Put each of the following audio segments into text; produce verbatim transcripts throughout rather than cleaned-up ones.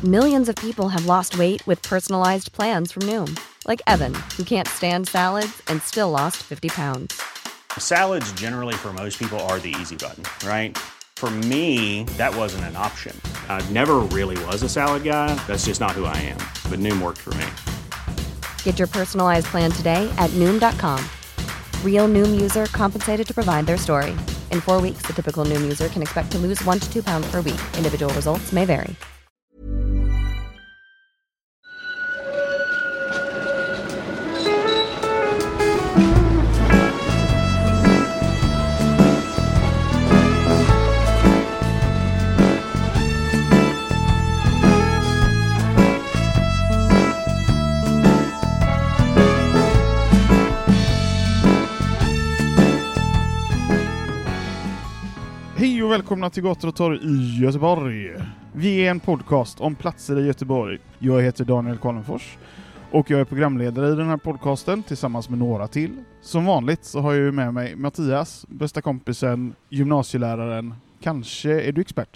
Millions of people have lost weight with personalized plans from Noom. Like Evan, who can't stand salads and still lost fifty pounds. Salads generally for most people are the easy button, right? For me, that wasn't an option. I never really was a salad guy. That's just not who I am. But Noom worked for me. Get your personalized plan today at Noom dot com. Real Noom user compensated to provide their story. In four weeks, the typical Noom user can expect to lose one to two pounds per week. Individual results may vary. Hej och välkomna till Gator och torg i Göteborg. Vi är en podcast om platser i Göteborg. Jag heter Daniel Karlenfors och jag är programledare i den här podcasten tillsammans med några till. Som vanligt så har jag ju med mig Mattias, bästa kompisen, gymnasieläraren. Kanske är du expert?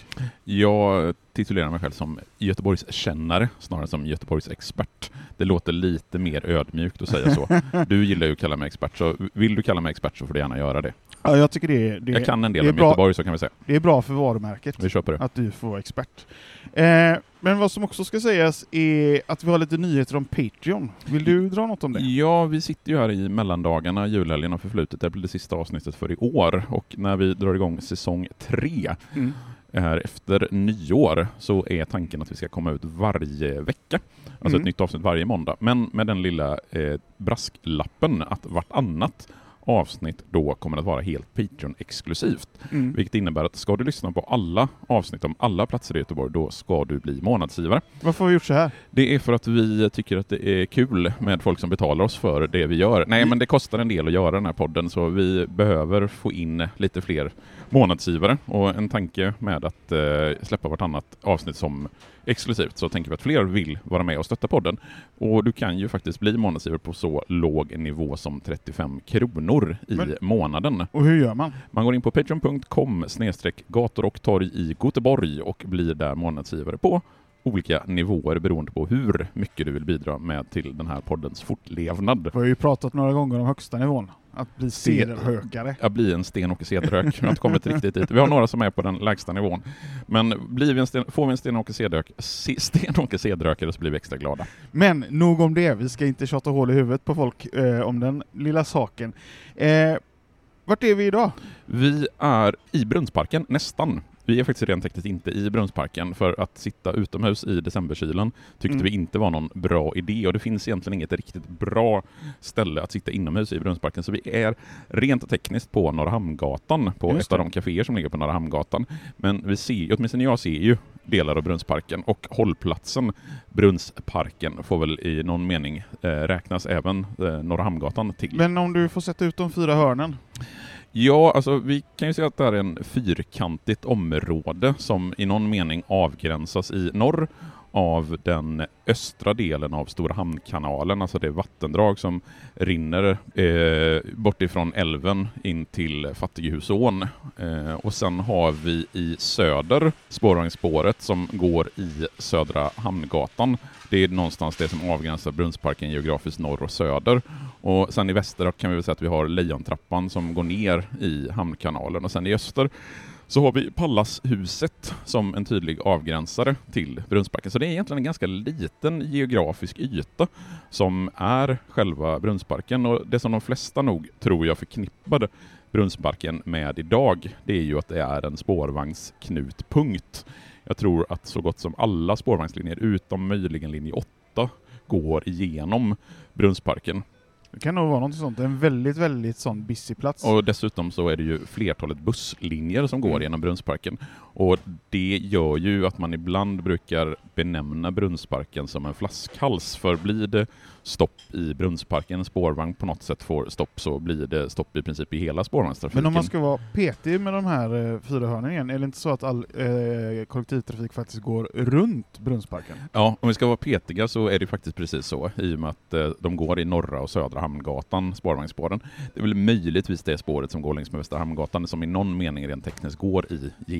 Jag titulerar mig själv som Göteborgs kännare snarare som Göteborgs expert. Det låter lite mer ödmjukt att säga så. Du gillar ju att kalla mig expert, så vill du kalla mig expert så får du gärna göra det. Ja, jag tycker det är... Det, jag kan en del om bra, Göteborg, så kan vi säga. Det är bra för varumärket. Vi kör på det. Att du får vara expert. Eh, men vad som också ska sägas är att vi har lite nyheter om Patreon. Vill du dra något om det? Ja, vi sitter ju här i mellandagarna, julhelgen och förflutet. Det blir det sista avsnittet för i år. Och när vi drar igång säsong tre mm. här efter nyår så är tanken att vi ska komma ut varje vecka. Alltså mm. ett nytt avsnitt varje måndag. Men med den lilla eh, brasklappen att vartannat avsnitt då kommer att vara helt Patreon-exklusivt. Mm. Vilket innebär att ska du lyssna på alla avsnitt om alla platser i Göteborg, då ska du bli månadsgivare. Varför har vi gjort så här? Det är för att vi tycker att det är kul med folk som betalar oss för det vi gör. Nej, mm. men det kostar en del att göra den här podden, så vi behöver få in lite fler månadsgivare. Och en tanke med att eh, släppa vartannat avsnitt som exklusivt, så tänker vi att fler vill vara med och stötta podden. Och du kan ju faktiskt bli månadsgivare på så låg nivå som trettiofem kronor i Men, månaden. Och hur gör man? Man går in på patreon punkt com snedstreck gator och torg i Göteborg och blir där månadsgivare på olika nivåer beroende på hur mycket du vill bidra med till den här poddens fortlevnad. Vi har ju pratat några gånger om högsta nivån. Att bli cederhökare. Att bli en Sten-Åke Cederhök. Jag har inte kommit riktigt dit. Vi har några som är på den lägsta nivån. Men blir vi en sten, får vi en Sten-Åke Cederhök, Sten-Åke Cederhökare, så blir vi extra glada. Men nog om det. Vi ska inte tjata hål i huvudet på folk eh, om den lilla saken. Eh, vart är vi idag? Vi är i Brunnsparken, nästan. Vi är faktiskt rent tekniskt inte i Brunnsparken, för att sitta utomhus i decemberkylan tyckte mm. vi inte var någon bra idé, och det finns egentligen inget riktigt bra ställe att sitta inomhus i Brunnsparken, så vi är rent tekniskt på Norra Hamngatan, på Just ett det. av de kaféer som ligger på Norra Hamngatan. Men vi ser, åtminstone jag ser ju delar av Brunnsparken, och hållplatsen Brunnsparken får väl i någon mening eh, räknas även eh, Norra Hamngatan till. Men om du får sätta ut de fyra hörnen? Ja, alltså vi kan ju säga att det här är en fyrkantigt område som i någon mening avgränsas i norr av den östra delen av Stora Hamnkanalen, alltså det vattendrag som rinner eh, bort ifrån älven in till Fattighusån. Eh, och sen har vi i söder spårvagnsspåret som går i Södra Hamngatan. Det är någonstans det som avgränsar Brunnsparken geografiskt norr och söder. Och sen i väster kan vi väl säga att vi har Lejontrappan som går ner i Hamnkanalen, och sen i öster så har vi Pallashuset som en tydlig avgränsare till Brunnsparken. Så det är egentligen en ganska liten geografisk yta som är själva Brunnsparken. Och det som de flesta nog tror jag förknippade Brunnsparken med idag, det är ju att det är en spårvagnsknutpunkt. Jag tror att så gott som alla spårvagnslinjer utom möjligen linje åtta går igenom Brunnsparken. Det kan nog vara något sånt. En väldigt, väldigt sån busy plats. Och dessutom så är det ju flertalet busslinjer som går mm. genom Brunnsparken. Och det gör ju att man ibland brukar benämna Brunnsparken som en flaskhals. För blir det stopp i Brunnsparken, en spårvagn på något sätt får stopp, så blir det stopp i princip i hela spårvagnstrafiken. Men om man ska vara petig med de här eh, fyra hörnen igen, är det inte så att all eh, kollektivtrafik faktiskt går runt Brunnsparken? Ja, om vi ska vara petiga så är det faktiskt precis så, i och med att eh, de går i Norra och Södra Hamngatan, spårvagnsspåren. Det är väl möjligtvis det spåret som går längs med Västra Hamngatan som i någon mening rent tekniskt går i genom Brunnsparken.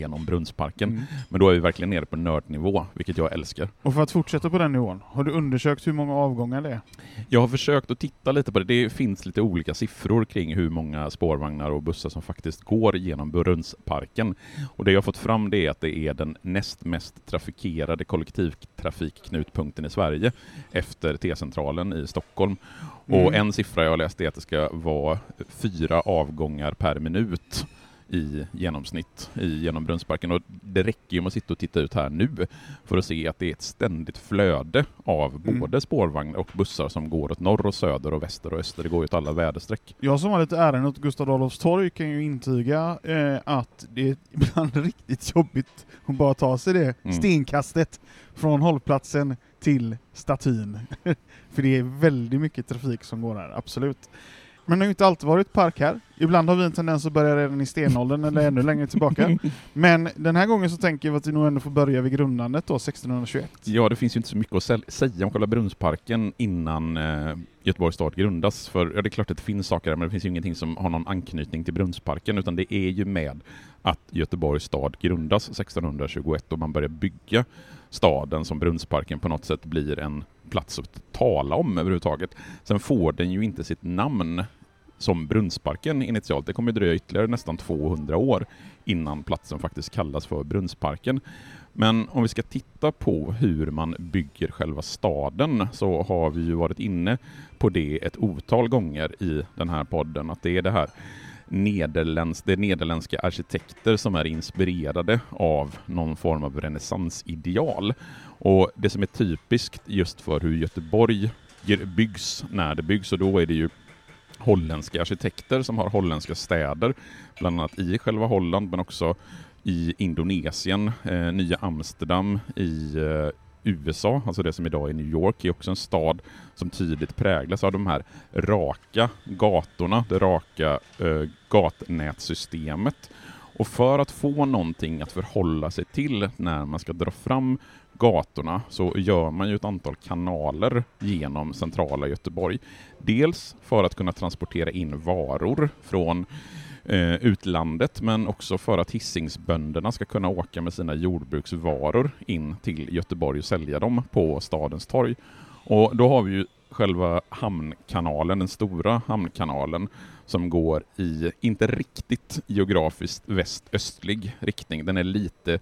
Brunnsparken. Mm. Men då är vi verkligen nere på nördnivå, vilket jag älskar. Och för att fortsätta på den nivån, har du undersökt hur många avgångar det är? Jag har försökt att titta lite på det. Det finns lite olika siffror kring hur många spårvagnar och bussar som faktiskt går genom Brunnsparken. Och det jag har fått fram det är att det är den näst mest trafikerade kollektivtrafikknutpunkten i Sverige efter T-centralen i Stockholm. Mm. Och en siffra jag har läst är att det ska vara fyra avgångar per minut i genomsnitt i, genom Brunnsparken. Och det räcker ju med att sitta och titta ut här nu för att se att det är ett ständigt flöde av Mm. både spårvagnar och bussar som går åt norr och söder och väster och öster. Det går ju åt alla väderstreck. Jag som har lite ärende åt Gustav Adolfs torg kan ju intyga eh, att det är ibland riktigt jobbigt att bara ta sig det Mm. stenkastet från hållplatsen till statyn. För det är väldigt mycket trafik som går här, absolut. Men det har ju inte alltid varit park här. Ibland har vi en tendens att börja redan i stenåldern eller ännu längre tillbaka. Men den här gången så tänker vi att vi nog ändå får börja vid grundandet då, sextonhundratjugoett. Ja, det finns ju inte så mycket att säl- säga om själva Brunnsparken innan eh, Göteborgs stad grundas. För ja, det är klart att det finns saker där, men det finns ju ingenting som har någon anknytning till Brunnsparken, utan det är ju med att Göteborgs stad grundas sextonhundratjugoett och man börjar bygga staden som Brunnsparken på något sätt blir en plats att tala om överhuvudtaget. Sen får den ju inte sitt namn som Brunnsparken initialt. Det kommer dröja ytterligare nästan tvåhundra år innan platsen faktiskt kallas för Brunnsparken. Men om vi ska titta på hur man bygger själva staden så har vi ju varit inne på det ett otal gånger i den här podden, att det är det här Nederländsk, det är nederländska arkitekter som är inspirerade av någon form av renässansideal. Och det som är typiskt just för hur Göteborg byggs när det byggs, och då är det ju holländska arkitekter som har holländska städer, bland annat i själva Holland men också i Indonesien, eh, Nya Amsterdam i eh, U S A, alltså det som idag är New York, är också en stad som tydligt präglas av de här raka gatorna, det raka eh, gatnätsystemet. Och för att få någonting att förhålla sig till när man ska dra fram gatorna så gör man ju ett antal kanaler genom centrala Göteborg. Dels för att kunna transportera in varor från eh, utlandet, men också för att hissingsbönderna ska kunna åka med sina jordbruksvaror in till Göteborg och sälja dem på stadens torg. Och då har vi ju själva hamnkanalen, den stora hamnkanalen, som går i, inte riktigt geografiskt väst-östlig riktning. Den är lite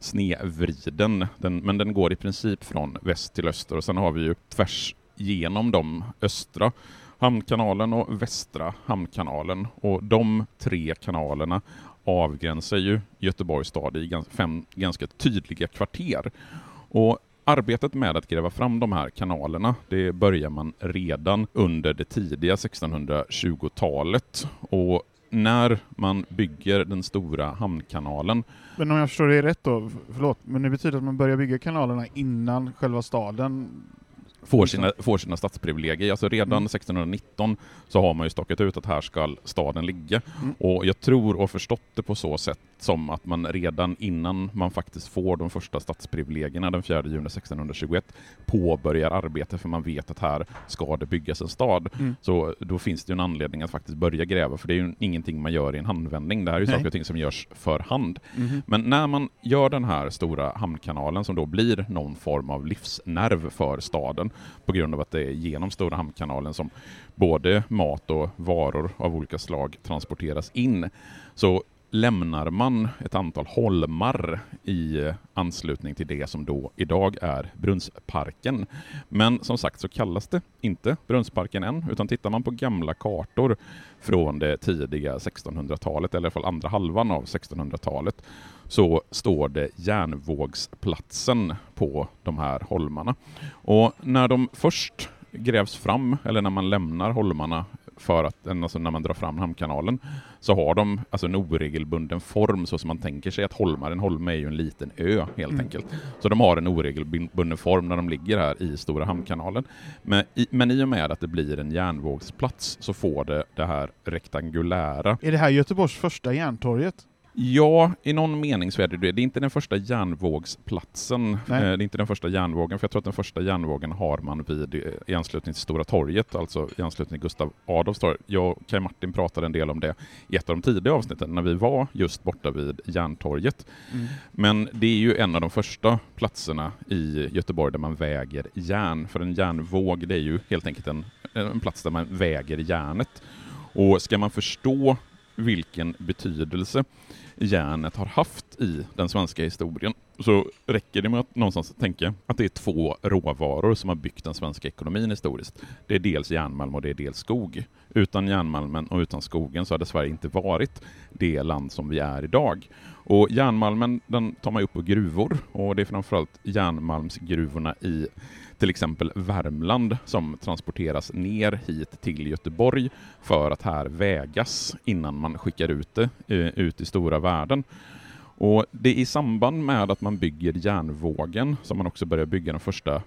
snedvriden, den, men den går i princip från väst till öster. Och sen har vi ju tvärs genom de östra hamnkanalen och västra hamnkanalen. Och de tre kanalerna avgränsar ju Göteborgs stad i fem ganska tydliga kvarter. Och arbetet med att gräva fram de här kanalerna, det börjar man redan under det tidiga sextonhundratjugotalet. Och när man bygger den stora hamnkanalen... Men om jag förstår det rätt då, förlåt, men det betyder att man börjar bygga kanalerna innan själva staden Får sina, får sina stadsprivilegier. Alltså redan Mm. sextonhundranitton så har man ju stakat ut att här ska staden ligga. Mm. Och jag tror och förstått det på så sätt som att man redan innan man faktiskt får de första stadsprivilegierna den fjärde juni sextonhundratjugoett påbörjar arbete, för man vet att här ska det byggas en stad. Mm. Så då finns det ju en anledning att faktiskt börja gräva, för det är ju ingenting man gör i en handvändning. Det här är ju Nej. saker och ting som görs för hand. Mm. Men när man gör den här stora hamnkanalen som då blir någon form av livsnerv för staden, på grund av att det är genom stora hamnkanalen som både mat och varor av olika slag transporteras in, så lämnar man ett antal holmar i anslutning till det som då idag är Brunnsparken. Men som sagt så kallas det inte Brunnsparken än, utan tittar man på gamla kartor från det tidiga sextonhundratalet, eller i alla fall andra halvan av sextonhundratalet, så står det Järnvågsplatsen på de här holmarna. Och när de först grävs fram, eller när man lämnar holmarna för att, alltså när man drar fram hamnkanalen, så har de alltså en oregelbunden form, så som man tänker sig att holmar, en holme är ju en liten ö helt Mm. enkelt. Så de har en oregelbunden form när de ligger här i stora hamnkanalen. Men i, men i och med att det blir en järnvågsplats så får det det här rektangulära. Är det här Göteborgs första järntorget? Ja, i någon mening så är det det. Det är inte den första järnvågsplatsen. Eh, det är inte den första järnvågen, för jag tror att den första järnvågen har man vid i anslutning till Stora torget, alltså i anslutning till Gustav Adolfs torg. Jag och Kaj Martin pratade en del om det i ett av de tidiga avsnitten när vi var just borta vid Järntorget. Mm. Men det är ju en av de första platserna i Göteborg där man väger järn. För en järnvåg, det är ju helt enkelt en, en plats där man väger järnet. Och ska man förstå vilken betydelse järnet har haft i den svenska historien, så räcker det med att någonstans tänka att det är två råvaror som har byggt den svenska ekonomin historiskt. Det är dels järnmalm och det är dels skog. Utan järnmalmen och utan skogen så hade Sverige inte varit det land som vi är idag. Och järnmalmen, den tar man upp på gruvor, och det är framförallt järnmalmsgruvorna i till exempel Värmland som transporteras ner hit till Göteborg för att här vägas innan man skickar ut det ut i stora världen. Och det är i samband med att man bygger järnvågen som man också börjar bygga de första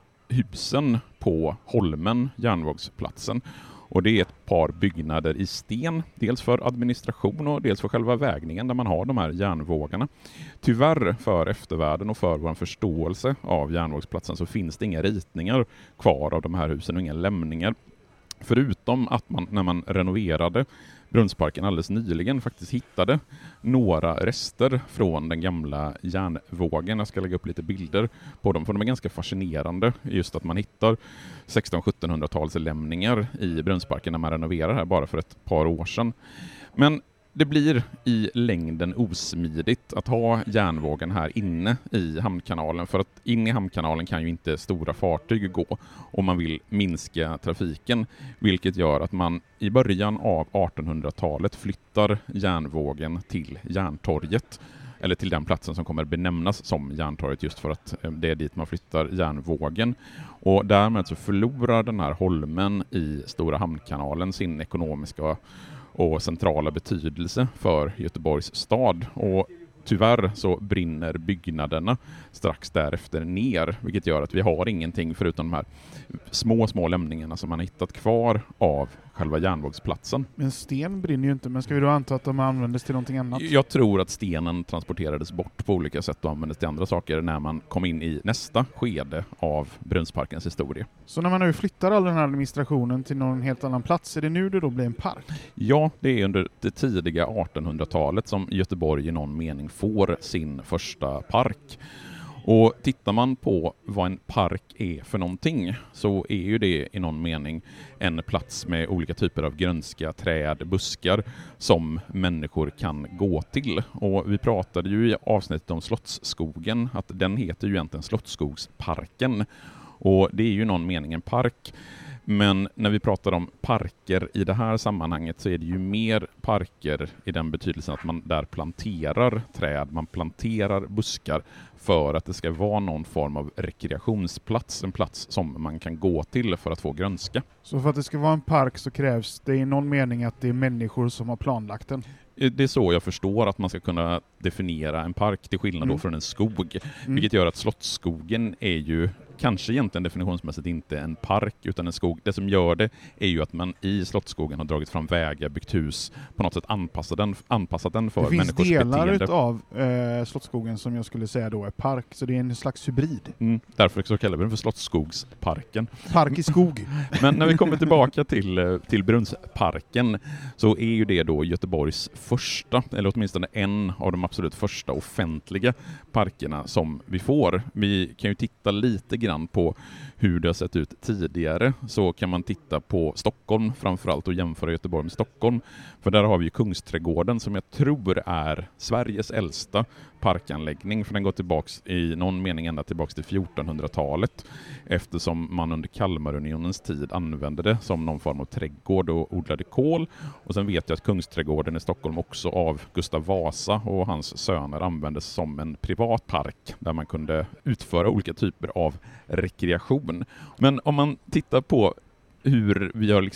husen på Holmen, järnvågsplatsen. Och det är ett par byggnader i sten, dels för administration och dels för själva vägningen där man har de här järnvågarna. Tyvärr för eftervärlden och för vår förståelse av järnvågsplatsen så finns det inga ritningar kvar av de här husen och inga lämningar. Förutom att man när man renoverade Brunnsparken alldeles nyligen faktiskt hittade några rester från den gamla järnvågen. Jag ska lägga upp lite bilder på dem, för de är ganska fascinerande. Just att man hittar sexton-sjuttonhundratals lämningar i Brunnsparken när man renoverar här bara för ett par år sedan. Men det blir i längden osmidigt att ha järnvågen här inne i hamnkanalen, för att in i hamnkanalen kan ju inte stora fartyg gå om man vill minska trafiken, vilket gör att man i början av artonhundratalet flyttar järnvågen till Järntorget, eller till den platsen som kommer benämnas som Järntorget just för att det är dit man flyttar järnvågen. Och därmed så förlorar den här holmen i Stora hamnkanalen sin ekonomiska och centrala betydelse för Göteborgs stad. Och tyvärr så brinner byggnaderna strax därefter ner, vilket gör att vi har ingenting förutom de här små, små lämningarna som man har hittat kvar av själva järnvågsplatsen. Men sten brinner ju inte, men ska vi då anta att de användes till någonting annat? Jag tror att stenen transporterades bort på olika sätt och användes till andra saker när man kom in i nästa skede av Brunnsparkens historia. Så när man nu flyttar all den här administrationen till någon helt annan plats, är det nu det då blir en park? Ja, det är under det tidiga artonhundratalet som Göteborg i någon mening får sin första park. Och tittar man på vad en park är för någonting så är ju det i någon mening en plats med olika typer av grönska, träd, buskar som människor kan gå till. Och vi pratade ju i avsnittet om Slottsskogen att den heter ju egentligen Slottsskogsparken. Och det är ju i någon mening en park. Men när vi pratar om parker i det här sammanhanget så är det ju mer parker i den betydelsen att man där planterar träd, man planterar buskar för att det ska vara någon form av rekreationsplats, en plats som man kan gå till för att få grönska. Så för att det ska vara en park så krävs det i någon mening att det är människor som har planlagt den? Det är så jag förstår att man ska kunna definiera en park till skillnad mm. då från en skog. Mm. Vilket gör att Slottsskogen är ju kanske egentligen definitionsmässigt inte en park utan en skog. Det som gör det är ju att man i Slottsskogen har dragit fram vägar, byggt hus, på något sätt anpassat den, anpassat den för människors beteende. Det finns delar av eh, Slottsskogen som jag skulle säga då är park, så det är en slags hybrid. Mm, därför så kallar vi den för Slottsskogsparken. Park i skog. Men när vi kommer tillbaka till, till Brunnsparken så är ju det då Göteborgs första, eller åtminstone en av de absolut första offentliga parkerna som vi får. Vi kan ju titta lite grann på hur det har sett ut tidigare, så kan man titta på Stockholm framförallt och jämföra Göteborg med Stockholm. För där har vi ju Kungsträdgården som jag tror är Sveriges äldsta parkanläggning, för den går tillbaks i någon mening ända tillbaks till fjortonhundratalet eftersom man under Kalmarunionens tid använde det som någon form av trädgård och odlade kål. Och sen vet jag att Kungsträdgården i Stockholm också av Gustav Vasa och hans söner användes som en privat park där man kunde utföra olika typer av rekreation. Men om man tittar på hur vi har liksom nyttjat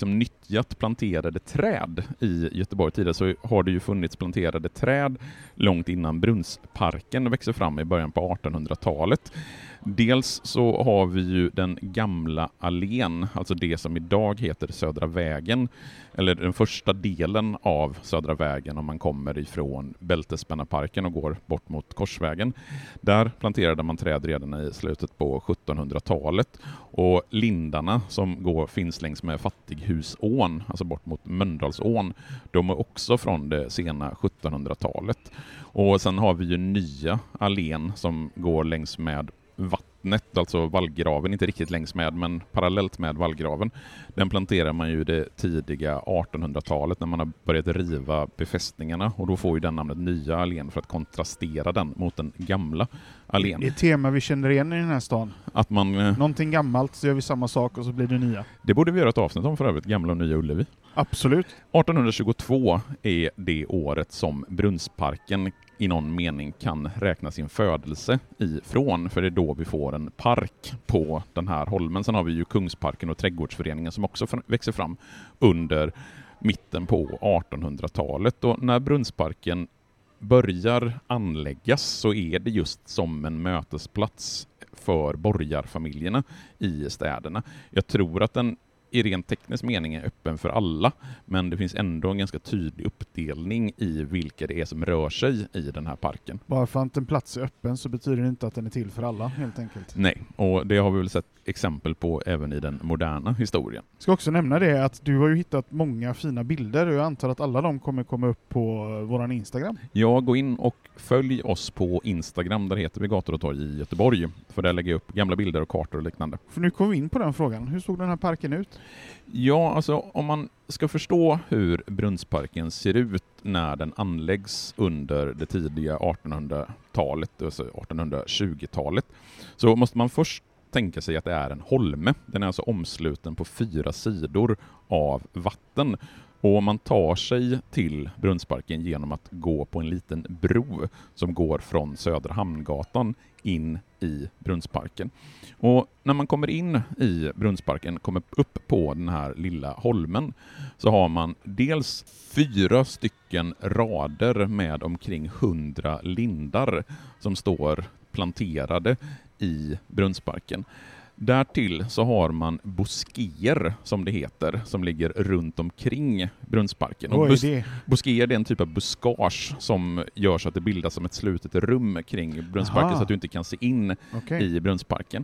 nyttjat planterade träd i Göteborg tidigare, så har det ju funnits planterade träd långt innan Brunnsparken växer fram i början på artonhundratalet. Dels så har vi ju den gamla allén, alltså det som idag heter Södra vägen, eller den första delen av Södra vägen om man kommer ifrån Bältespännarparken och går bort mot Korsvägen. Där planterade man träd redan i slutet på sjuttonhundratalet, och lindarna som går finns längs med Fattighusån, alltså bort mot Mölndalsån, de är också från det sena sjuttonhundratalet. Och sen har vi ju nya allén som går längs med vattnet, alltså vallgraven, inte riktigt längs med men parallellt med vallgraven. Den planterar man ju det tidiga artonhundratalet när man har börjat riva befästningarna, och då får ju den namnet nya allén för att kontrastera den mot den gamla allén. Det är ett tema vi känner igen i den här stan. Att man, någonting gammalt så gör vi samma sak och så blir det nya. Det borde vi göra ett avsnitt om för övrigt, gamla och nya Ullevi. Absolut. artonhundratjugotvå är det året som Brunnsparken i någon mening kan räkna sin födelse ifrån, för det är då vi får en park på den här holmen. Sen har vi ju Kungsparken och Trädgårdsföreningen som också växer fram under mitten på artonhundratalet. Och när Brunnsparken börjar anläggas så är det just som en mötesplats för borgarfamiljerna i städerna. Jag tror att den i ren teknisk mening är öppen för alla, men det finns ändå en ganska tydlig uppdelning i vilka det är som rör sig i den här parken. Bara för att en plats är öppen så betyder det inte att den är till för alla, helt enkelt. Nej, och det har vi väl sett exempel på även i den moderna historien. Jag ska också nämna det att du har ju hittat många fina bilder, och jag antar att alla de kommer komma upp på våran Instagram. Ja, gå in och följ oss på Instagram, där heter vi Gator och torg i Göteborg, för där lägger jag upp gamla bilder och kartor och liknande. För nu kommer vi in på den frågan. Hur såg den här parken ut? Ja, alltså om man ska förstå hur Brunnsparken ser ut när den anläggs under det tidiga artonhundratalet, alltså artonhundratjugotalet, så måste man först tänka sig att det är en holme. Den är alltså omsluten på fyra sidor av vatten. Och man tar sig till Brunnsparken genom att gå på en liten bro som går från Södra Hamngatan in i Brunnsparken. Och när man kommer in i Brunnsparken, kommer upp på den här lilla holmen, så har man dels fyra stycken rader med omkring hundra lindar som står planterade i Brunnsparken. Därtill så har man boskéer, som det heter, som ligger runt omkring Brunnsparken. Och bus- det? Boskéer är en typ av buskage som gör så att det bildas som ett slutet rum kring Brunnsparken. Aha. Så att du inte kan se in okay. i Brunnsparken.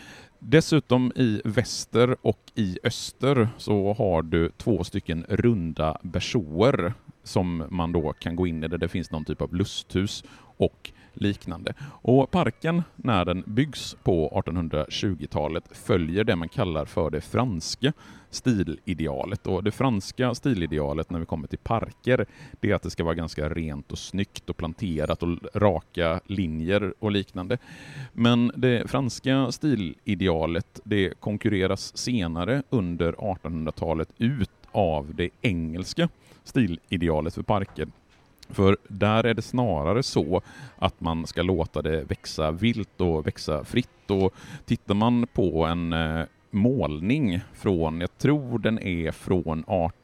Dessutom i väster och i öster så har du två stycken runda bersåer som man då kan gå in i, där det finns någon typ av lusthus och liknande. Och parken, när den byggs på artonhundratjugotalet, följer det man kallar för det franska stilidealet. Och det franska stilidealet när vi kommer till parker, det är att det ska vara ganska rent och snyggt och planterat och raka linjer och liknande. Men det franska stilidealet, det konkurreras senare under artonhundratalet ut av det engelska stilidealet för parker. För där är det snarare så att man ska låta det växa vilt och växa fritt. Och tittar man på en eh, målning från, jag tror den är från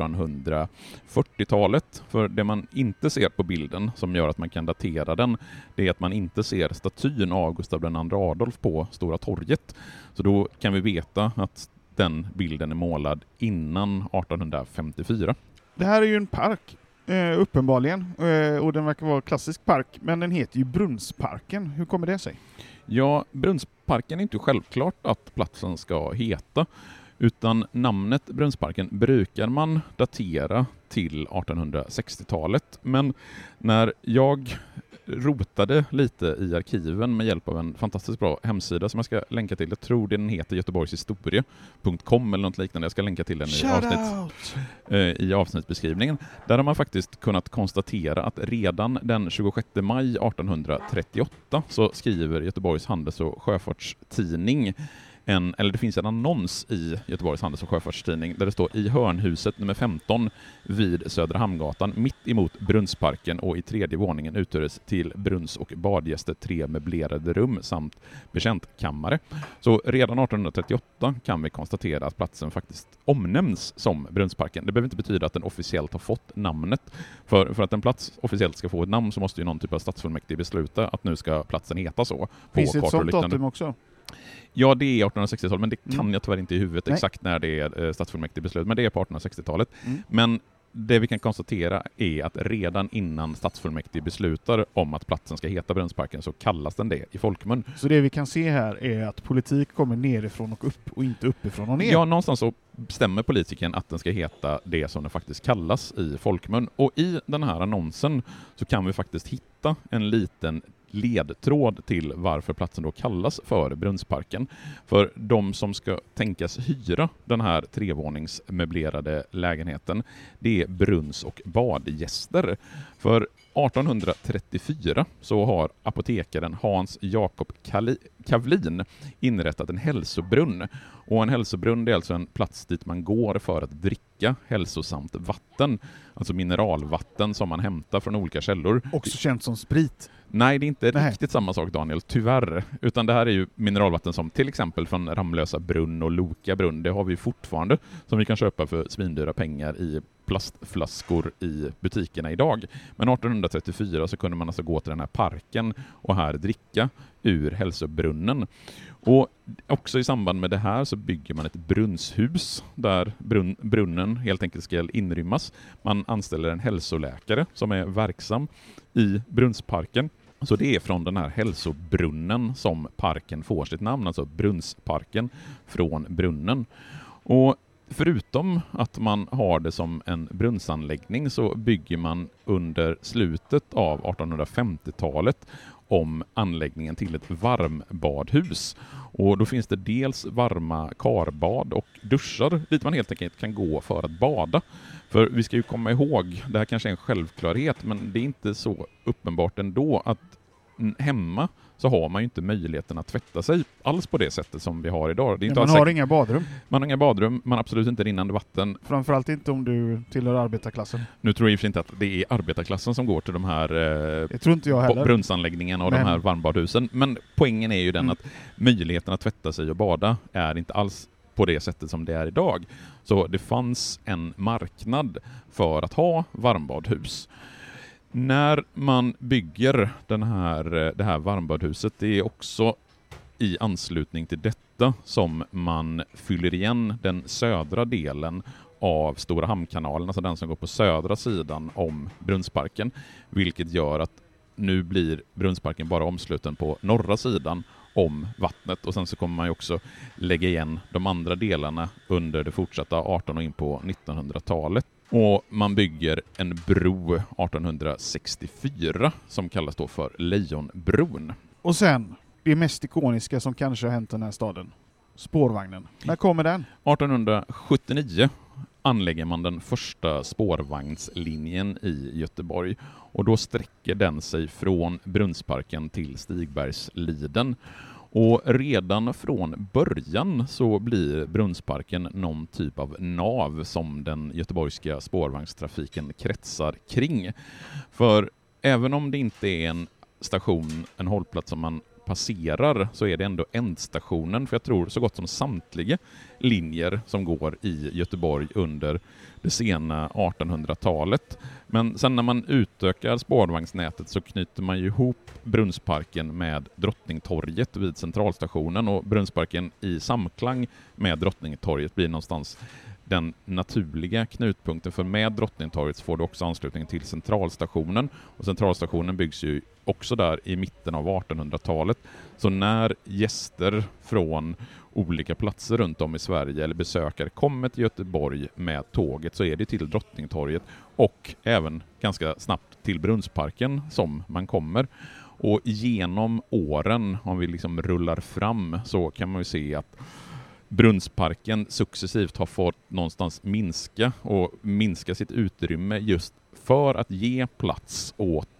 artonhundrafyrtiotalet, för det man inte ser på bilden som gör att man kan datera den, det är att man inte ser statyn av Gustav den andre Adolf på Stora torget. Så då kan vi veta att den bilden är målad innan artonhundrafemtiofyra. Det här är ju en park. Uh, uppenbarligen, uh, och den verkar vara klassisk park, men den heter ju Brunnsparken. Hur kommer det sig? Ja, Brunnsparken är inte självklart att platsen ska heta, utan namnet Brunnsparken brukar man datera till artonhundrasextiotalet. Men när jag rotade lite i arkiven med hjälp av en fantastiskt bra hemsida som jag ska länka till. Jag tror den heter göteborgshistoria punkt com eller något liknande. Jag ska länka till den i, avsnitt, eh, i avsnittsbeskrivningen. Där har man faktiskt kunnat konstatera att redan den tjugosjätte maj artonhundratrettioåtta så skriver Göteborgs handels- och sjöfartstidning en, eller det finns en annons i Göteborgs Handels- och Sjöfartstidning där det står i hörnhuset nummer femton vid Södra Hamngatan mitt emot Brunnsparken och i tredje våningen utgörs till brunns- och badgäster tre möblerade rum samt betjäntkammare. Så redan arton trettioåtta kan vi konstatera att platsen faktiskt omnämns som Brunnsparken. Det behöver inte betyda att den officiellt har fått namnet. För, för att en plats officiellt ska få ett namn så måste ju någon typ av stadsfullmäktige besluta att nu ska platsen heta så. Finns det ett sånt datum också? Ja, det är artonhundrasextiotalet, men det kan mm. jag tyvärr inte i huvudet Nej. exakt när det är eh, stadsfullmäktige beslut, men det är på artonhundrasextiotalet. Mm. Men det vi kan konstatera är att redan innan stadsfullmäktige beslutar om att platsen ska heta Brunnsparken så kallas den det i folkmun. Så det vi kan se här är att politik kommer nerifrån och upp och inte uppifrån och ner. Ja, någonstans så bestämmer politiken att den ska heta det som den faktiskt kallas i folkmun. Och i den här annonsen så kan vi faktiskt hitta en liten ledtråd till varför platsen då kallas för Brunnsparken. För de som ska tänkas hyra den här trevåningsmöblerade lägenheten, det är brunns- och badgäster. För arton trettiofyra så har apotekaren Hans Jakob Kavlin inrättat en hälsobrunn. Och en hälsobrunn är alltså en plats dit man går för att dricka hälsosamt vatten. Alltså mineralvatten som man hämtar från olika källor. Också känt som sprit. Nej, det är inte Nej. riktigt samma sak, Daniel, tyvärr. Utan det här är ju mineralvatten som till exempel från Ramlösa brunn och Loka brunn. Det har vi fortfarande som vi kan köpa för svindyra pengar i plastflaskor i butikerna idag. Men arton trettiofyra så kunde man alltså gå till den här parken och här dricka ur hälsobrunnen. Och också i samband med det här så bygger man ett brunnshus där brunn, brunnen helt enkelt ska inrymmas. Man anställer en hälsoläkare som är verksam i Brunnsparken. Så det är från den här hälsobrunnen som parken får sitt namn, alltså Brunnsparken från brunnen. Och förutom att man har det som en brunnsanläggning så bygger man under slutet av artonhundrafemtiotalet om anläggningen till ett varmbadhus. Och då finns det dels varma karbad och duschar dit man helt enkelt kan gå för att bada. För vi ska ju komma ihåg, det här kanske är en självklarhet, men det är inte så uppenbart ändå att hemma så har man ju inte möjligheten att tvätta sig alls på det sättet som vi har idag. Det är inte man alls har säkert. inga badrum. Man har inga badrum, man har absolut inte rinnande vatten. Framförallt inte om du tillhör arbetarklassen. Nu tror jag i och för sig inte att det är arbetarklassen som går till de här eh, jag tror inte jag heller. brunnsanläggningarna och Men. de här varmbadhusen. Men poängen är ju den Mm. att möjligheten att tvätta sig och bada är inte alls på det sättet som det är idag. Så det fanns en marknad för att ha varmbadhus. När man bygger den här, det här varmbadhuset, det är också i anslutning till detta som man fyller igen den södra delen av Stora Hamnkanalen, alltså den som går på södra sidan om Brunnsparken, vilket gör att nu blir Brunnsparken bara omsluten på norra sidan om vattnet, och sen så kommer man ju också lägga igen de andra delarna under det fortsatta arton och in på nittonhundratalet. Och man bygger en bro arton sextiofyra som kallas då för Lejonbron. Och sen, det mest ikoniska som kanske har hänt den här staden. Spårvagnen. När kommer den? arton sjuttionio anlägger man den första spårvagnslinjen i Göteborg, och då sträcker den sig från Brunnsparken till Stigbergsliden. Och redan från början så blir Brunnsparken någon typ av nav som den göteborgska spårvagnstrafiken kretsar kring. För även om det inte är en station, en hållplats som man passerar, så är det ändå ändstationen, för jag tror så gott som samtliga linjer som går i Göteborg under det sena artonhundratalet. Men sen när man utökar spårvagnsnätet så knyter man ju ihop Brunnsparken med Drottningtorget vid centralstationen, och Brunnsparken i samklang med Drottningtorget blir någonstans den naturliga knutpunkten, för med Drottningtorget får du också anslutning till centralstationen, och centralstationen byggs ju också där i mitten av artonhundratalet. Så när gäster från olika platser runt om i Sverige eller besökare kommer till Göteborg med tåget, så är det till Drottningtorget och även ganska snabbt till Brunnsparken som man kommer. Och genom åren, om vi liksom rullar fram, så kan man ju se att Brunnsparken successivt har fått någonstans minska och minska sitt utrymme just för att ge plats åt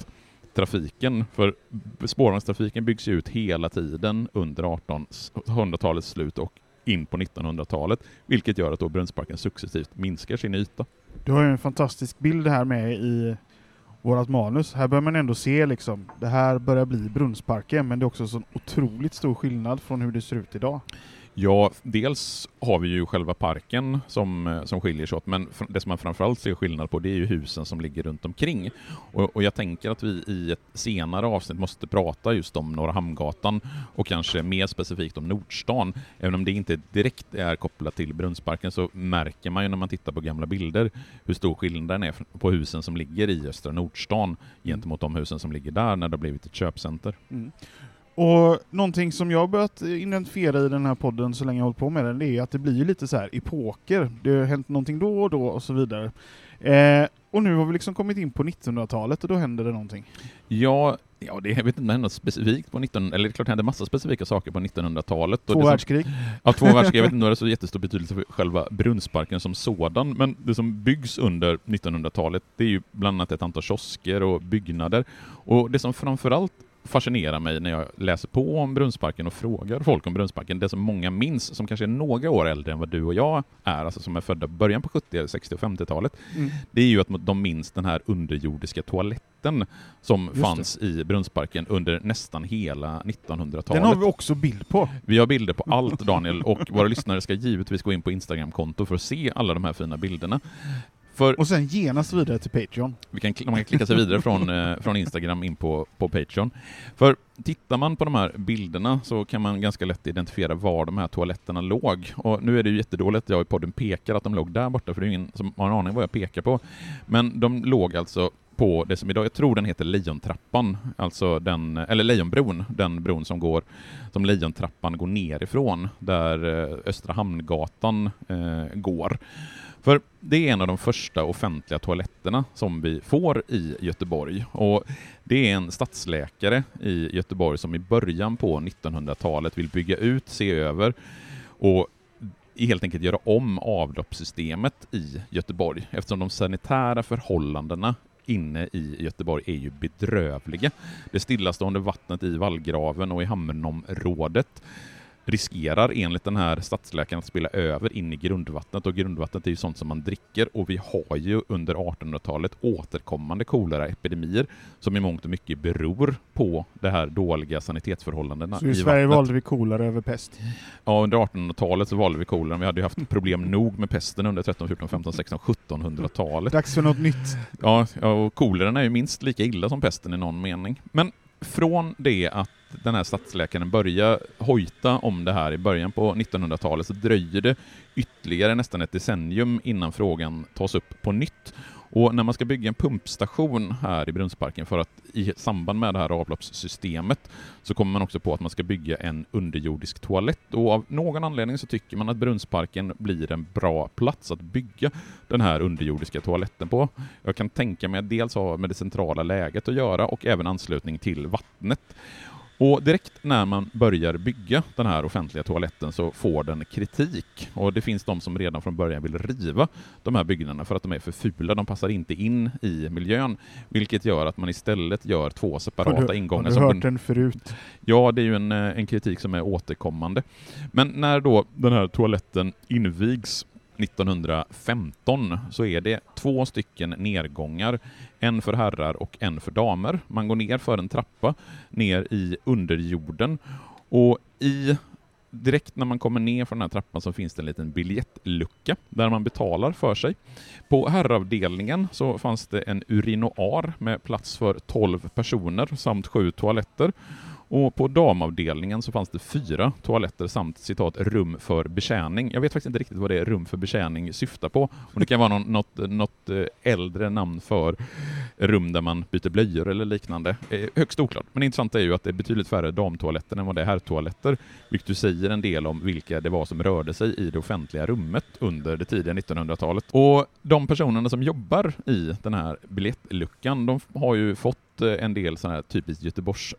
trafiken, för spårvagnstrafiken byggs ut hela tiden under artonhundratalets slut och in på nittonhundratalet, vilket gör att då Brunnsparken successivt minskar sin yta. Du har ju en fantastisk bild här med i vårat manus. Här bör man ändå se liksom, det här börjar bli Brunnsparken, men det är också så otroligt stor skillnad från hur det ser ut idag. Ja, dels har vi ju själva parken som, som skiljer sig åt, men det som man framförallt ser skillnad på, det är ju husen som ligger runt omkring. Och, och jag tänker att vi i ett senare avsnitt måste prata just om Norra Hamngatan och kanske mer specifikt om Nordstan. Även om det inte direkt är kopplat till Brunnsparken, så märker man ju när man tittar på gamla bilder hur stor skillnaden är på husen som ligger i östra Nordstan gentemot de husen som ligger där när det har blivit ett köpcenter. Mm. Och någonting som jag har börjat identifiera i den här podden så länge jag hållit på med den, det är att det blir ju lite så här epoker. Det har hänt någonting då och då och så vidare. Eh, och nu har vi liksom kommit in på nittonhundratalet och då händer det någonting. Ja, ja det, jag vet inte något specifikt på nittonhundratalet, eller det är klart det hände massa specifika saker på nittonhundratalet. Två och det världskrig. Som, ja, två världskrig. Jag vet inte om det är så jättestor betydelse för själva Brunnsparken som sådan, men det som byggs under nittonhundratalet, det är ju bland annat ett antal kiosker och byggnader. Och det som framförallt fascinerar mig när jag läser på om Brunnsparken och frågar folk om Brunnsparken, det som många minns, som kanske är några år äldre än vad du och jag är, alltså som är födda början på sjuttio-, sextio- och femtiotalet, mm. det är ju att de minns den här underjordiska toaletten som Just fanns det. i Brunnsparken under nästan hela nittonhundratalet. Den har vi också bild på. Vi har bilder på allt, Daniel, och våra lyssnare ska givetvis gå in på Instagram-konto för att se alla de här fina bilderna. För och sen genast vidare till Patreon. Vi kan, man kan klicka sig vidare från, eh, från Instagram in på, på Patreon. För tittar man på de här bilderna så kan man ganska lätt identifiera var de här toaletterna låg. Och nu är det ju jättedåligt att jag i podden pekar att de låg där borta, för det är ingen som har en aning vad jag pekar på. Men de låg alltså på det som idag, jag tror den heter Lejontrappan, alltså den, eller Lejonbron, den bron som går, som Lejontrappan går nerifrån, där eh, Östra Hamngatan eh, går. För det är en av de första offentliga toaletterna som vi får i Göteborg. Och det är en stadsläkare i Göteborg som i början på nittonhundratalet vill bygga ut, se över och helt enkelt göra om avloppssystemet i Göteborg. Eftersom de sanitära förhållandena inne i Göteborg är ju bedrövliga. Det stillastående vattnet i Vallgraven och i Hamnområdet riskerar enligt den här stadsläkaren att spilla över in i grundvattnet, och grundvattnet är ju sånt som man dricker, och vi har ju under artonhundratalet återkommande koleraepidemier som i mångt och mycket beror på det här dåliga sanitetsförhållandena. Så i, i Sverige vattnet. valde vi kolera över pest? Ja, under artonhundratalet så valde vi kolera. Vi hade ju haft problem nog med pesten under tretton, fjorton, femton, sexton, sjuttonhundratalet. Dags för något nytt. Ja, och koleran är ju minst lika illa som pesten i någon mening. Men från det att den här stadsläkaren börjar hojta om det här i början på nittonhundratalet så dröjer det ytterligare nästan ett decennium innan frågan tas upp på nytt. Och när man ska bygga en pumpstation här i Brunnsparken för att i samband med det här avloppssystemet så kommer man också på att man ska bygga en underjordisk toalett, och av någon anledning så tycker man att Brunnsparken blir en bra plats att bygga den här underjordiska toaletten på. Jag kan tänka mig att dels ha med det centrala läget att göra och även anslutning till vattnet. Och direkt när man börjar bygga den här offentliga toaletten så får den kritik. Och det finns de som redan från början vill riva de här byggnaderna för att de är för fula. De passar inte in i miljön, vilket gör att man istället gör två separata du, ingångar. Har du som hört den förut? Ja, det är ju en, en kritik som är återkommande. Men när då den här toaletten invigs nittonhundrafemton så är det två stycken nedgångar, en för herrar och en för damer. Man går ner för en trappa ner i underjorden, och i direkt när man kommer ner från den här trappan så finns det en liten biljettlucka där man betalar för sig. På herravdelningen så fanns det en urinoar med plats för tolv personer samt sju toaletter. Och på damavdelningen så fanns det fyra toaletter samt citat rum för betjäning. Jag vet faktiskt inte riktigt vad det är rum för betjäning syftar på. Och det kan vara någon, något, något äldre namn för rum där man byter blöjor eller liknande. Högst oklart. Men intressant är ju att det är betydligt färre damtoaletter än vad det är herrtoaletter. Vilket du säger en del om vilka det var som rörde sig i det offentliga rummet under det tidiga nittonhundratalet. Och de personerna som jobbar i den här biljettluckan, de har ju fått en del sådana här typiskt Göteborgs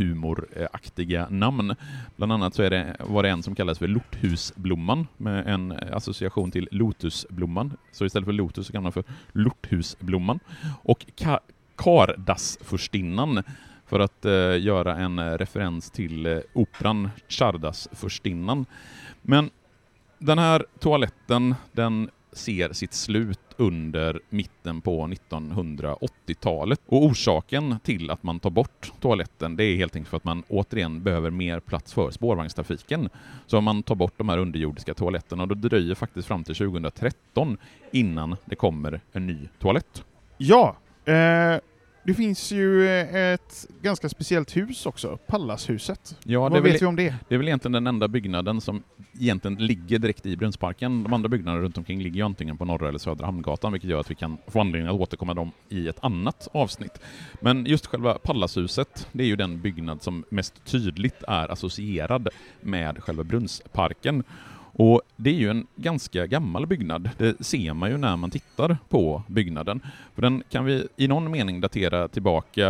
humoraktiga namn. Bland annat så är det, var det en som kallas för Lorthusblomman med en association till Lotusblomman. Så istället för Lotus så kan man för Lorthusblomman. Och Ka- Kardassfurstinnan, för att eh, göra en referens till eh, operan Kardassfurstinnan. Men den här toaletten, den ser sitt slut under mitten på nittonhundraåttiotalet. Och orsaken till att man tar bort toaletten, det är helt enkelt för att man återigen behöver mer plats för spårvagnstrafiken. Så om man tar bort de här underjordiska toaletterna, då dröjer faktiskt fram till tjugohundratretton innan det kommer en ny toalett. Ja, eh, det finns ju ett ganska speciellt hus också, Pallashuset. Ja, Vad det vet väl, vi om det? Det är väl egentligen den enda byggnaden som egentligen ligger direkt i Brunnsparken. De andra byggnaderna runt omkring ligger ju antingen på norra eller södra Hamngatan, vilket gör att vi kan få anledning att återkomma dem i ett annat avsnitt. Men just själva Pallashuset, det är ju den byggnad som mest tydligt är associerad med själva Brunnsparken. Och det är ju en ganska gammal byggnad. Det ser man ju när man tittar på byggnaden. För den kan vi i någon mening datera tillbaka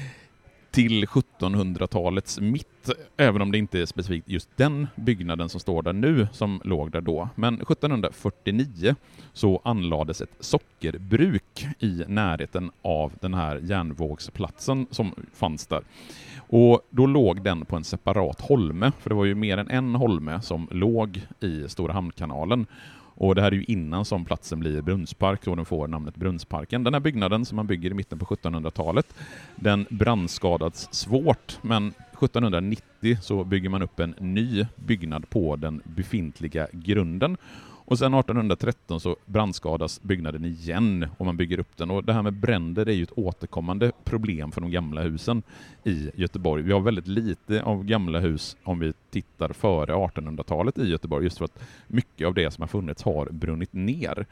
till sjuttonhundratalets mitt, även om det inte är specifikt just den byggnaden som står där nu som låg där då. Men sjuttonhundrafyrtionio så anlades ett sockerbruk i närheten av den här järnvågsplatsen som fanns där. Och då låg den på en separat holme, för det var ju mer än en holme som låg i Stora Hamnkanalen. Och det här är ju innan som platsen blir Brunnspark och den får namnet Brunnsparken. Den här byggnaden som man bygger i mitten på sjuttonhundratalet, den brandskadats svårt, men sjuttonhundranittio så bygger man upp en ny byggnad på den befintliga grunden. Och sen artonhundratretton så brandskadas byggnaden igen och man bygger upp den. Och det här med bränder är ju ett återkommande problem för de gamla husen i Göteborg. Vi har väldigt lite av gamla hus om vi tittar före artonhundratalet i Göteborg, just för att mycket av det som har funnits har brunnit ner.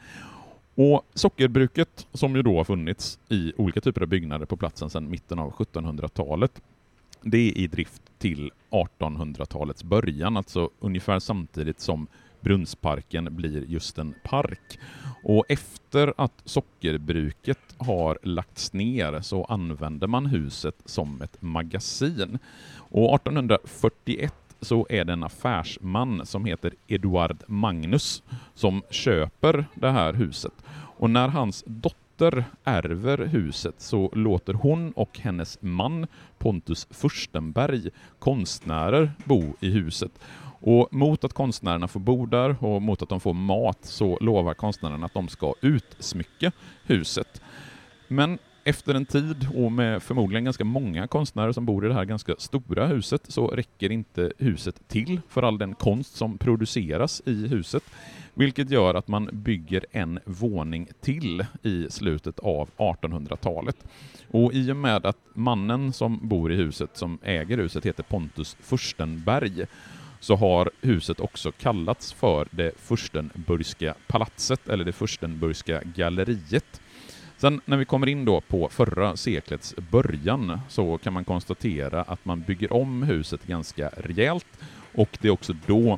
Och sockerbruket, som ju då har funnits i olika typer av byggnader på platsen sedan mitten av sjuttonhundratalet, det är i drift till artonhundratalets början, alltså ungefär samtidigt som Brunnsparken blir just en park. Och efter att sockerbruket har lagts ner så använder man huset som ett magasin. Och artonhundrafyrtioett så är det en affärsman som heter Eduard Magnus som köper det här huset. Och när hans dotter ärver huset så låter hon och hennes man Pontus Furstenberg, konstnärer, bo i huset. Och mot att konstnärerna får bo där och mot att de får mat så lovar konstnärerna att de ska utsmycka huset. Men efter en tid och med förmodligen ganska många konstnärer som bor i det här ganska stora huset så räcker inte huset till för all den konst som produceras i huset. Vilket gör att man bygger en våning till i slutet av artonhundratalet. Och i och med att mannen som bor i huset, som äger huset, heter Pontus Furstenberg, så har huset också kallats för det Furstenburgska palatset eller det Furstenburgska galleriet. Sen när vi kommer in då på förra seklets början så kan man konstatera att man bygger om huset ganska rejält, och det är också då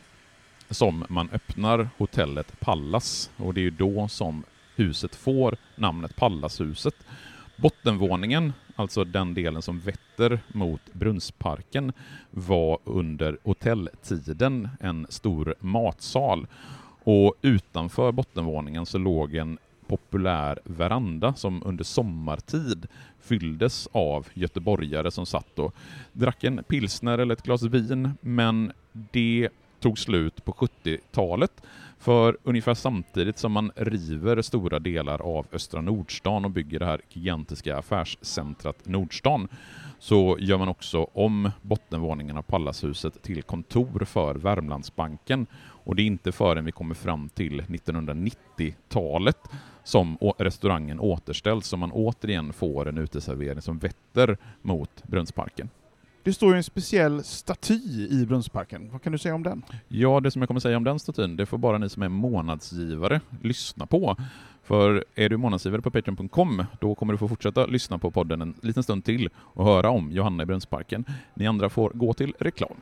som man öppnar hotellet Pallas, och det är ju då som huset får namnet Pallashuset. Bottenvåningen, alltså den delen som vetter mot Brunnsparken, var under hotelltiden en stor matsal. Och utanför bottenvåningen så låg en populär veranda som under sommartid fylldes av göteborgare som satt och drack en pilsner eller ett glas vin, men det tog slut på sjuttiotalet. För ungefär samtidigt som man river stora delar av Östra Nordstan och bygger det här gigantiska affärscentrat Nordstan, så gör man också om bottenvåningen av Pallashuset till kontor för Värmlandsbanken. Och det är inte förrän vi kommer fram till nittonhundranittiotalet som restaurangen återställs, så man återigen får en uteservering som vetter mot Brunnsparken. Det står ju en speciell staty i Brunnsparken. Vad kan du säga om den? Ja, det som jag kommer säga om den statyn, det får bara ni som är månadsgivare lyssna på. För är du månadsgivare på patreon punkt com, då kommer du få fortsätta lyssna på podden en liten stund till och höra om Johanna i Brunnsparken. Ni andra får gå till reklam.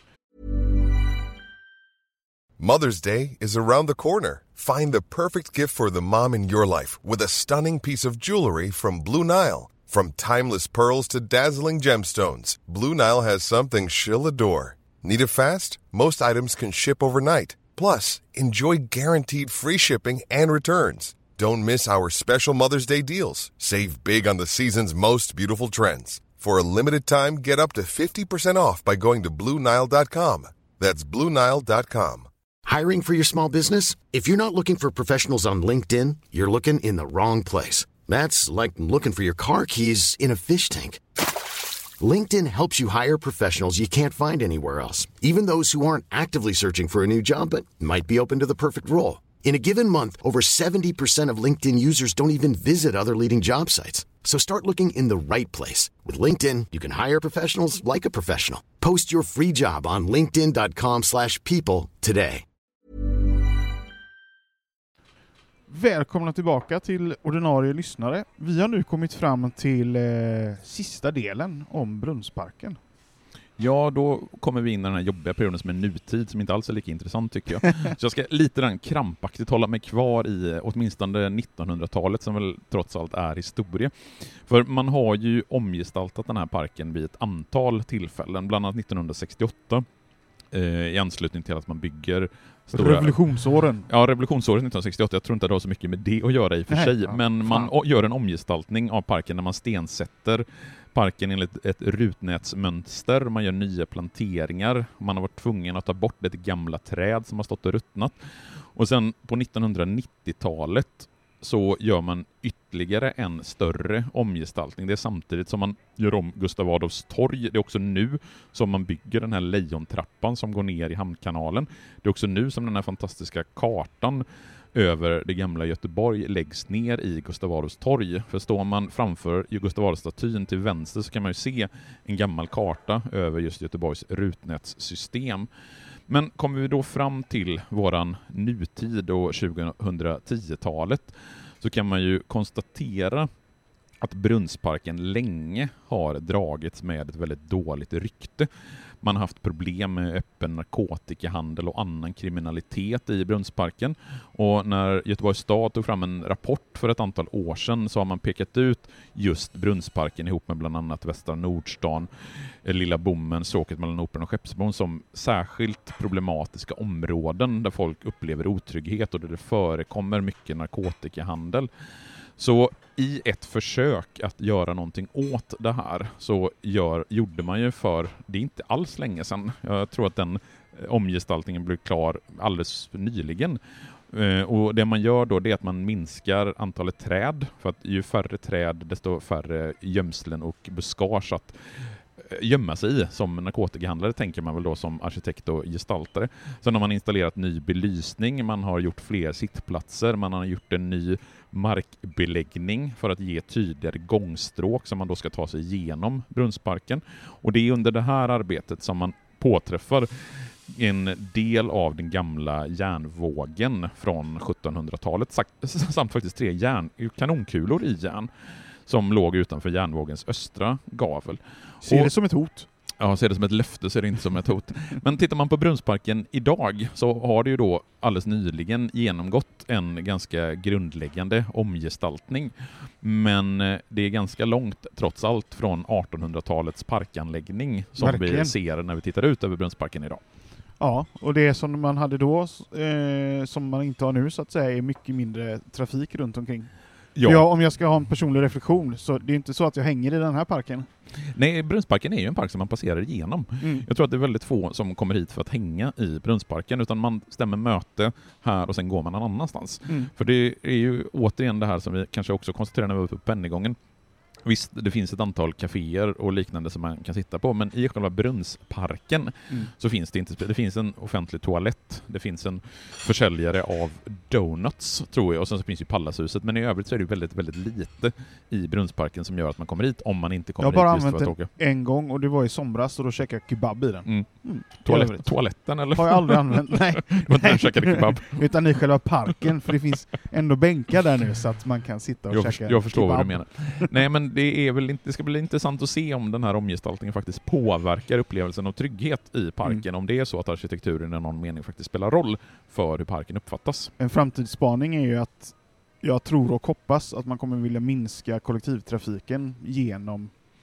Mother's Day is around the corner. Find the perfect gift for the mom in your life with a stunning piece of jewelry from Blue Nile. From timeless pearls to dazzling gemstones, Blue Nile has something she'll adore. Need it fast? Most items can ship overnight. Plus, enjoy guaranteed free shipping and returns. Don't miss our special Mother's Day deals. Save big on the season's most beautiful trends. For a limited time, get up to fifty percent off by going to blue nile dot com. That's blue nile dot com. Hiring for your small business? If you're not looking for professionals on LinkedIn, you're looking in the wrong place. That's like looking for your car keys in a fish tank. LinkedIn helps you hire professionals you can't find anywhere else, even those who aren't actively searching for a new job but might be open to the perfect role. In a given month, over seventy percent of LinkedIn users don't even visit other leading job sites. So start looking in the right place. With LinkedIn, you can hire professionals like a professional. Post your free job on linkedin dot com slash people today. Välkomna tillbaka till ordinarie lyssnare. Vi har nu kommit fram till eh, sista delen om Brunnsparken. Ja, då kommer vi in i den här jobbiga perioden som är nutid, som inte alls är lika intressant tycker jag. Så jag ska lite den krampaktigt hålla mig kvar i åtminstone nittonhundratalet som väl trots allt är historia. För man har ju omgestaltat den här parken vid ett antal tillfällen, bland annat nittonhundrasextioåtta eh, i anslutning till att man bygger stora... Revolutionsåren. Ja, revolutionsåret nittonhundrasextioåtta. Jag tror inte det har så mycket med det att göra i och för Nej, sig. ja, men man fan. gör en omgestaltning av parken där man stensätter parken enligt ett rutnätsmönster. Man gör nya planteringar. Man har varit tvungen att ta bort ett gamla träd som har stått och ruttnat. Och sen på nittonhundranittiotalet så gör man ytterligare en större omgestaltning. Det är samtidigt som man gör om Gustav Adolfs torg. Det är också nu som man bygger den här lejontrappan som går ner i hamnkanalen. Det är också nu som den här fantastiska kartan över det gamla Göteborg läggs ner i Gustav Adolfs torg. För står man framför Gustav Adolfs-statyn till vänster så kan man ju se en gammal karta över just Göteborgs rutnätssystem. Men kommer vi då fram till våran nutid och tjugohundratio-talet så kan man ju konstatera att Brunnsparken länge har dragits med ett väldigt dåligt rykte. Man har haft problem med öppen narkotikahandel och annan kriminalitet i Brunnsparken. Och när Göteborgs stad tog fram en rapport för ett antal år sedan så har man pekat ut just Brunnsparken ihop med bland annat Västra Nordstan, Lilla Bommen, stråket mellan Operan och Skeppsbron som särskilt problematiska områden där folk upplever otrygghet och där det förekommer mycket narkotikahandel. Så i ett försök att göra någonting åt det här så gör, gjorde man ju för, det är inte alls länge sedan, jag tror att den omgestaltningen blev klar alldeles nyligen. Eh, och det man gör då det är att man minskar antalet träd, för att ju färre träd desto färre gömslen och buskage att gömma sig i. Som narkotikahandlare tänker man väl då som arkitekt och gestaltare. Sen har man installerat ny belysning, man har gjort fler sittplatser, man har gjort en ny markbeläggning för att ge tydligare gångstråk som man då ska ta sig igenom Brunnsparken. Och det är under det här arbetet som man påträffar en del av den gamla järnvågen från sjuttonhundratalet samt faktiskt tre järn, kanonkulor i järn som låg utanför järnvågens östra gavel. Ser och, det som ett hot? Ja, ser det som ett löfte, ser det inte som ett hot. Men tittar man på Brunnsparken idag så har det ju då alldeles nyligen genomgått en ganska grundläggande omgestaltning. Men det är ganska långt trots allt från artonhundratalets parkanläggning som Verkligen. vi ser när vi tittar ut över Brunnsparken idag. Ja, och det som man hade då eh, som man inte har nu så att säga är mycket mindre trafik runt omkring. Ja. Jag, om jag ska ha en personlig reflektion så det är inte så att jag hänger i den här parken. Nej, Brunnsparken är ju en park som man passerar igenom. Mm. Jag tror att det är väldigt få som kommer hit för att hänga i Brunnsparken, utan man stämmer möte här och sen går man någon annanstans. Mm. För det är ju återigen det här som vi kanske också konstaterar när vi var uppe på Pennygången. Visst, det finns ett antal kaféer och liknande som man kan sitta på, men i själva Brunnsparken mm. så finns det inte. Det finns en offentlig toalett, det finns en försäljare av donuts, tror jag, och sen så finns ju Pallashuset, men i övrigt så är det väldigt, väldigt lite i Brunnsparken som gör att man kommer hit, om man inte kommer hit. Jag har bara hit använt för att den åka. en gång och det var i somras och då käkade jag kebab i den. Mm. Mm. Toalett, toaletten eller? Har jag aldrig använt, nej. Det var inte jag käkade kebab. Utan i själva parken, för det finns ändå bänkar där nu så att man kan sitta och jag käka för, Jag förstår kebab. vad du menar. Nej, men det är väl inte, det ska bli intressant att se om den här omgestaltningen faktiskt påverkar upplevelsen av trygghet i parken, mm. om det är så att arkitekturen i någon mening faktiskt spelar roll för hur parken uppfattas. En framtidsspaning är ju att jag tror och hoppas att man kommer vilja minska kollektivtrafiken genom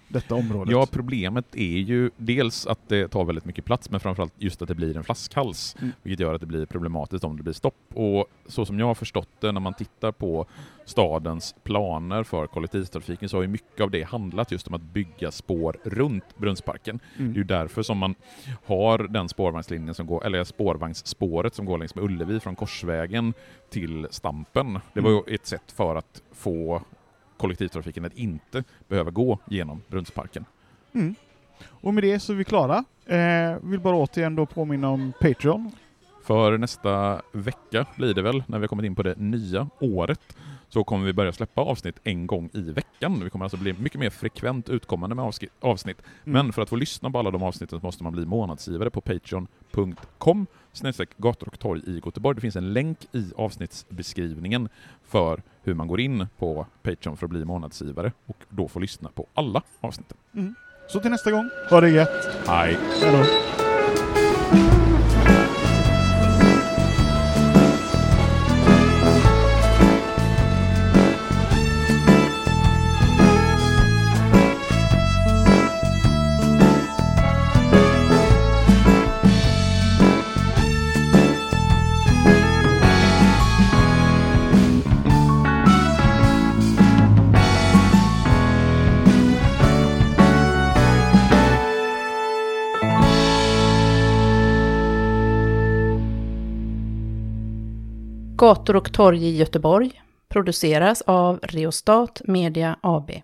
detta området. Ja, problemet är ju dels att det tar väldigt mycket plats, men framförallt just att det blir en flaskhals, mm. vilket gör att det blir problematiskt om det blir stopp. Och så som jag har förstått det, när man tittar på stadens planer för kollektivtrafiken, så har ju mycket av det handlat just om att bygga spår runt Brunnsparken. Mm. Det är ju därför som man har den spårvagnslinjen som går, eller spårvagnsspåret som går längs med Ullevi från Korsvägen till Stampen. Det var ju ett sätt för att få kollektivtrafiken att inte behöva gå genom Brunnsparken. Mm. Och med det så är vi klara. Eh, vill bara återigen då påminna om Patreon. För nästa vecka blir det väl, när vi kommit in på det nya året, så kommer vi börja släppa avsnitt en gång i veckan. Vi kommer alltså bli mycket mer frekvent utkommande med avsnitt. Mm. Men för att få lyssna på alla de avsnitten måste man bli månadsgivare på patreon punkt com snedstreck gator och torg i Göteborg. Det finns en länk i avsnittsbeskrivningen för hur man går in på Patreon för att bli månadsgivare och då få lyssna på alla avsnitten. Mm. Så till nästa gång, ha det gött. Hej. Hej då. Gator och torg i Göteborg produceras av Reostat Media A B.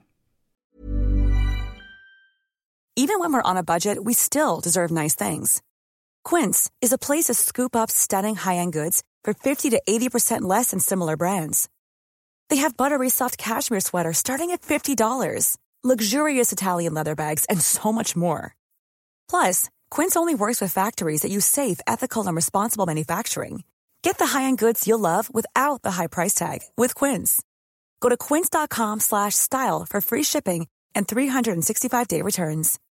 Even when we're on a budget, we still deserve nice things. Quince is a place to scoop up stunning high-end goods for fifty to eighty percent less than similar brands. They have buttery soft cashmere sweaters starting at fifty dollars, luxurious Italian leather bags, and so much more. Plus, Quince only works with factories that use safe, ethical, and responsible manufacturing. Get the high-end goods you'll love without the high price tag with Quince. Go to quince dot com slash style for free shipping and three sixty-five day returns.